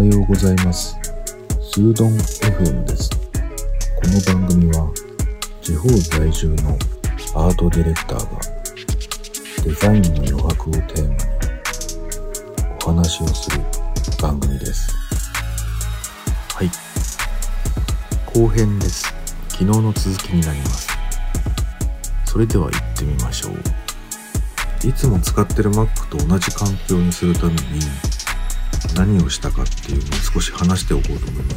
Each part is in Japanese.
はようございます。スードン FM です。この番組は地方在住のアートディレクターがデザインの余白をテーマにお話をする番組です。はい。後編です。昨日の続きになります。それでは行ってみましょう。いつも使ってる Mac と同じ環境にするために何をしたかっていうのを少し話しておこうと思います。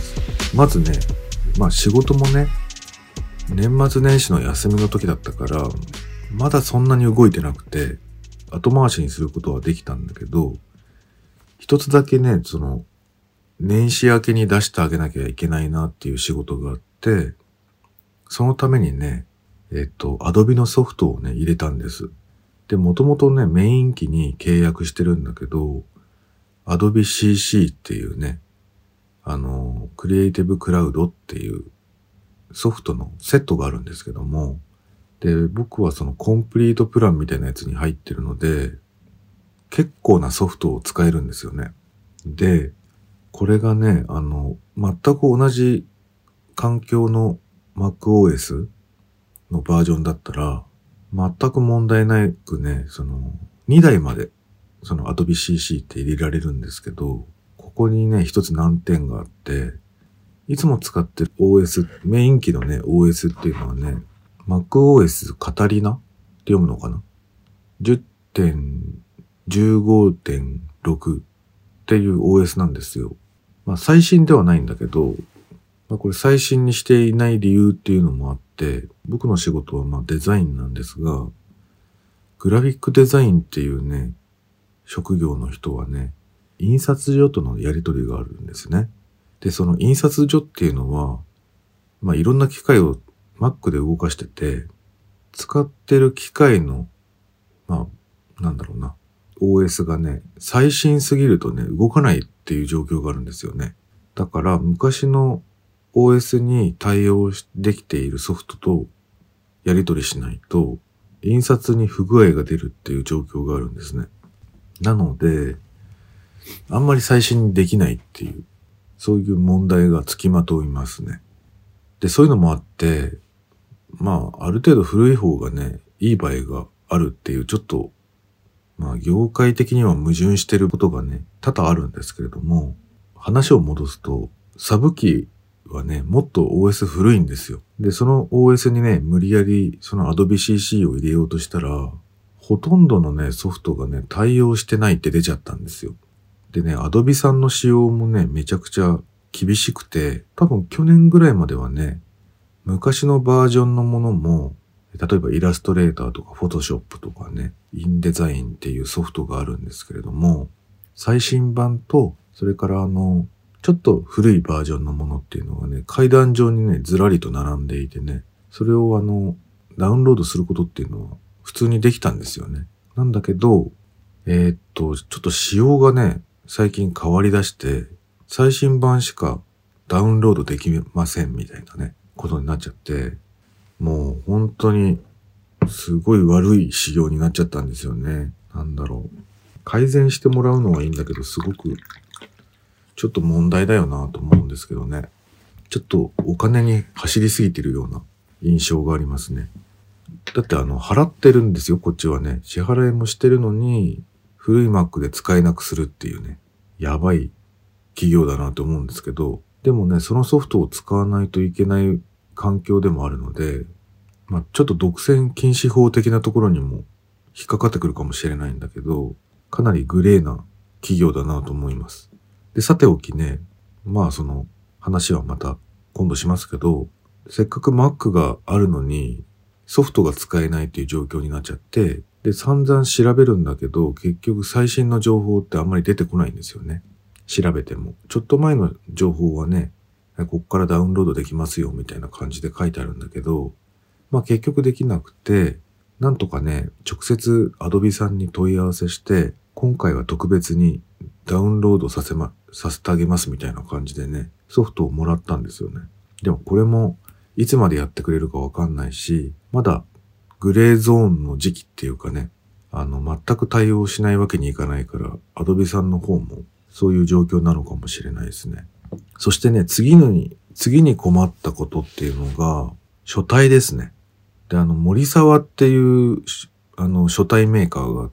まずね、仕事もね、年末年始の休みの時だったから、まだそんなに動いてなくて、後回しにすることはできたんだけど、一つだけね、年始明けに出してあげなきゃいけないなっていう仕事があって、そのためにね、Adobe のソフトをね、入れたんです。で、もともとね、メイン機に契約してるんだけど、Adobe CC っていうね、クリエイティブクラウドっていうソフトのセットがあるんですけども、で、僕はそのコンプリートプランみたいなやつに入ってるので、結構なソフトを使えるんですよね。で、これがね、全く同じ環境の MacOS のバージョンだったら、全く問題なくね、2台まで、Adobe CC って入れられるんですけど、ここにね、一つ難点があって、いつも使ってる OS、メイン機のね、OS っていうのはね、MacOS カタリナって読むのかな？ 10.15.6 っていう OS なんですよ。最新ではないんだけど、これ最新にしていない理由っていうのもあって、僕の仕事はデザインなんですが、グラフィックデザインっていうね、職業の人はね、印刷所とのやり取りがあるんですね。で、その印刷所っていうのは、いろんな機械を Mac で動かしてて、使ってる機械の、OS がね、最新すぎるとね、動かないっていう状況があるんですよね。だから、昔の OS に対応できているソフトとやり取りしないと、印刷に不具合が出るっていう状況があるんですね。なので、あんまり最新にできないっていう、そういう問題がつきまといますね。で、そういうのもあって、ある程度古い方がね、いい場合があるっていう、ちょっと、業界的には矛盾してることがね、多々あるんですけれども、話を戻すと、サブ機はね、もっと OS 古いんですよ。で、その OS にね、無理やりその Adobe CC を入れようとしたら、ほとんどのね、ソフトがね、対応してないって出ちゃったんですよ。でね、Adobe さんの仕様もね、めちゃくちゃ厳しくて、多分去年ぐらいまではね、昔のバージョンのものも、例えばイラストレーターとかフォトショップとかね、インデザインっていうソフトがあるんですけれども、最新版と、それからちょっと古いバージョンのものっていうのがね、階段上にね、ずらりと並んでいてね、それをダウンロードすることっていうのは普通にできたんですよね。なんだけど、ちょっと仕様がね、最近変わり出して、最新版しかダウンロードできませんみたいなね、ことになっちゃって、もう本当にすごい悪い仕様になっちゃったんですよね。改善してもらうのはいいんだけど、すごくちょっと問題だよなと思うんですけどね。ちょっとお金に走りすぎてるような印象がありますね。だって払ってるんですよ、こっちはね。支払いもしてるのに、古い Mac で使えなくするっていうね、やばい企業だなと思うんですけど、でもね、そのソフトを使わないといけない環境でもあるので、ちょっと独占禁止法的なところにも引っかかってくるかもしれないんだけど、かなりグレーな企業だなと思います。で、さておきね、その話はまた今度しますけど、せっかく Mac があるのにソフトが使えないっていう状況になっちゃって、で、散々調べるんだけど、結局最新の情報ってあんまり出てこないんですよね。調べても。ちょっと前の情報はね、こっからダウンロードできますよみたいな感じで書いてあるんだけど、結局できなくて、なんとかね、直接 Adobe さんに問い合わせして、今回は特別にダウンロードさせてあげますみたいな感じでね、ソフトをもらったんですよね。でもこれもいつまでやってくれるかわかんないし、まだグレーゾーンの時期っていうかね、全く対応しないわけにいかないから、Adobe さんの方もそういう状況なのかもしれないですね。そしてね、次に困ったことっていうのが、書体ですね。で、森沢っていう書体メーカーがあって、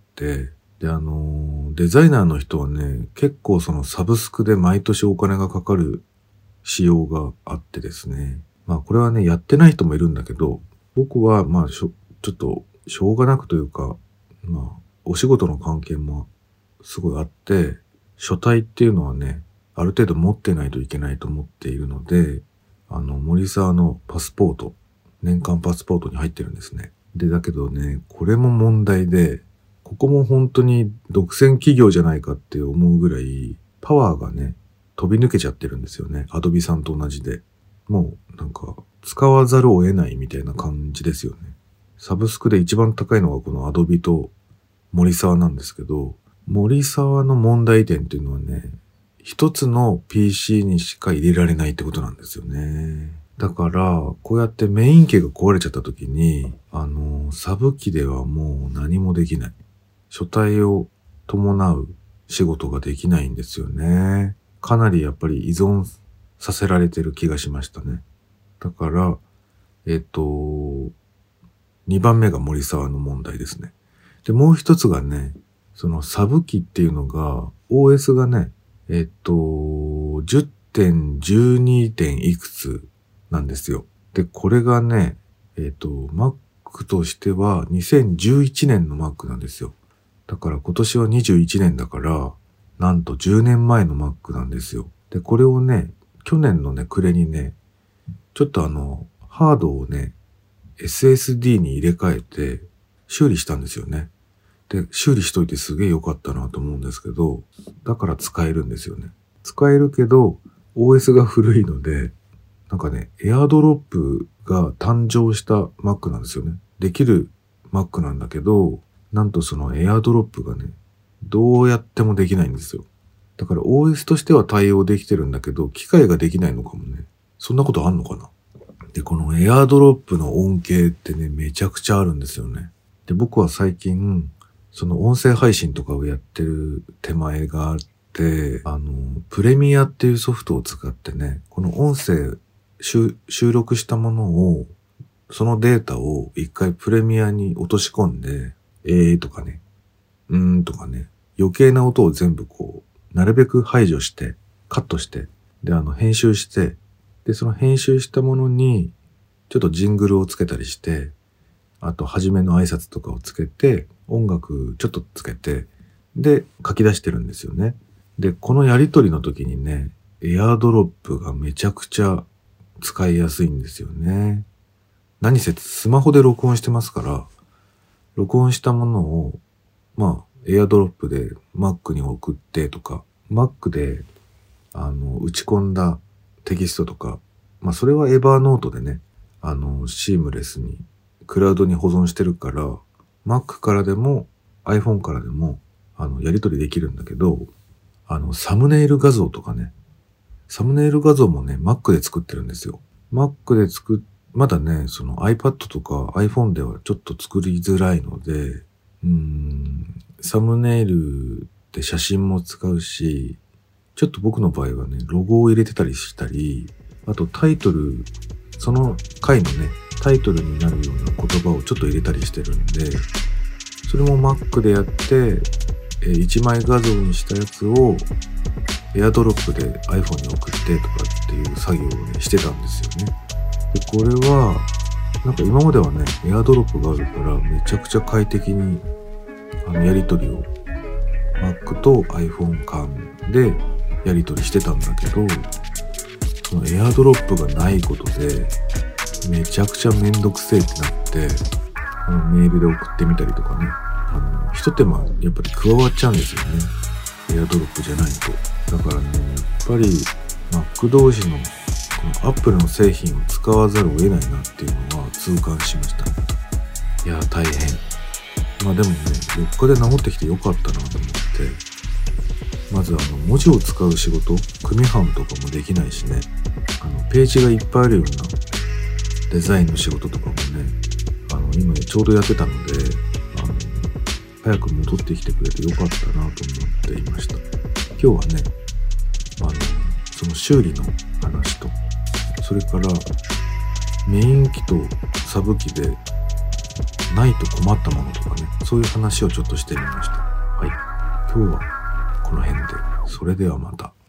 で、デザイナーの人はね、結構そのサブスクで毎年お金がかかる仕様があってですね。まあこれはね、やってない人もいるんだけど、僕はまあちょっとしょうがなくというか、まあお仕事の関係もすごいあって、書体っていうのはね、ある程度持ってないといけないと思っているので、森沢のパスポート、年間パスポートに入ってるんですね。で、だけどね、これも問題で、ここも本当に独占企業じゃないかって思うぐらい、パワーがね、飛び抜けちゃってるんですよね。アドビさんと同じで。もうなんか、使わざるを得ないみたいな感じですよね。サブスクで一番高いのがこのアドビと森沢なんですけど、森沢の問題点っていうのはね、一つの PC にしか入れられないってことなんですよね。だから、こうやってメイン機が壊れちゃった時に、サブ機ではもう何もできない。書体を伴う仕事ができないんですよね。かなりやっぱり依存させられてる気がしましたね。だから、2番目が森沢の問題ですね。で、もう一つがね、そのサブ機っていうのが、OS がね、10.12. 点いくつなんですよ。で、これがね、Mac としては2011年の Mac なんですよ。だから今年は21年だから、なんと10年前の Mac なんですよ。で、これをね、去年のね、暮れにね、ちょっとハードをね、SSD に入れ替えて修理したんですよね。で、修理しといてすげえ良かったなと思うんですけど、だから使えるんですよね。使えるけど、OS が古いので、なんかね、AirDrop が誕生した Mac なんですよね。できる Mac なんだけど、なんとその AirDrop がね、どうやってもできないんですよ。だから OS としては対応できてるんだけど、機械ができないのかもね。そんなことあんのかな？で、この AirDrop の恩恵ってね、めちゃくちゃあるんですよね。で、僕は最近、その音声配信とかをやってる手前があって、プレミアっていうソフトを使ってね、この音声収録したものを、そのデータを一回プレミアに落とし込んで、とかね、とかね、余計な音を全部こう、なるべく排除して、カットして、で、編集して、で、その編集したものに、ちょっとジングルをつけたりして、あと、初めの挨拶とかをつけて、音楽ちょっとつけて、で、書き出してるんですよね。で、このやりとりの時にね、AirDrop がめちゃくちゃ使いやすいんですよね。何せスマホで録音してますから、録音したものを、まあ、AirDrop で Mac に送ってとか、Mac で、打ち込んだテキストとか、まあ、それは Evernote でね、シームレスに、クラウドに保存してるから、Mac からでも iPhone からでもやり取りできるんだけど、サムネイル画像とかね、サムネイル画像もね、Mac で作ってるんですよ。Mac でまだね、その iPad とか iPhone ではちょっと作りづらいので、サムネイルで写真も使うし、ちょっと僕の場合はね、ロゴを入れてたりしたり、あとタイトル、その回のね、タイトルになるような言葉をちょっと入れたりしてるんで、それも Mac でやって、1枚画像にしたやつを AirDrop で iPhone に送ってとかっていう作業をね、してたんですよね。で、これは、なんか今まではね、AirDrop があるからめちゃくちゃ快適にやり取りを Mac と iPhone 間でやり取りしてたんだけど、その AirDrop がないことでめちゃくちゃめんどくせえってなって、メールで送ってみたりとかね、一手間やっぱり加わっちゃうんですよね。AirDrop じゃないと。だからね、やっぱり Mac 同士のこの Apple の製品を使わざるを得ないなっていうのは痛感しました。いや、大変。まあでもね、4日で治ってきてよかったなと思って、まず文字を使う仕事、組版とかもできないしね、ページがいっぱいあるようなデザインの仕事とかもね、今ちょうどやってたので、早く戻ってきてくれてよかったなと思っていました。 今日はね、その修理の話と、それからメイン機とサブ機でないと困ったものとかね、そういう話をちょっとしてみました。はい。今日はこの辺で、それではまた。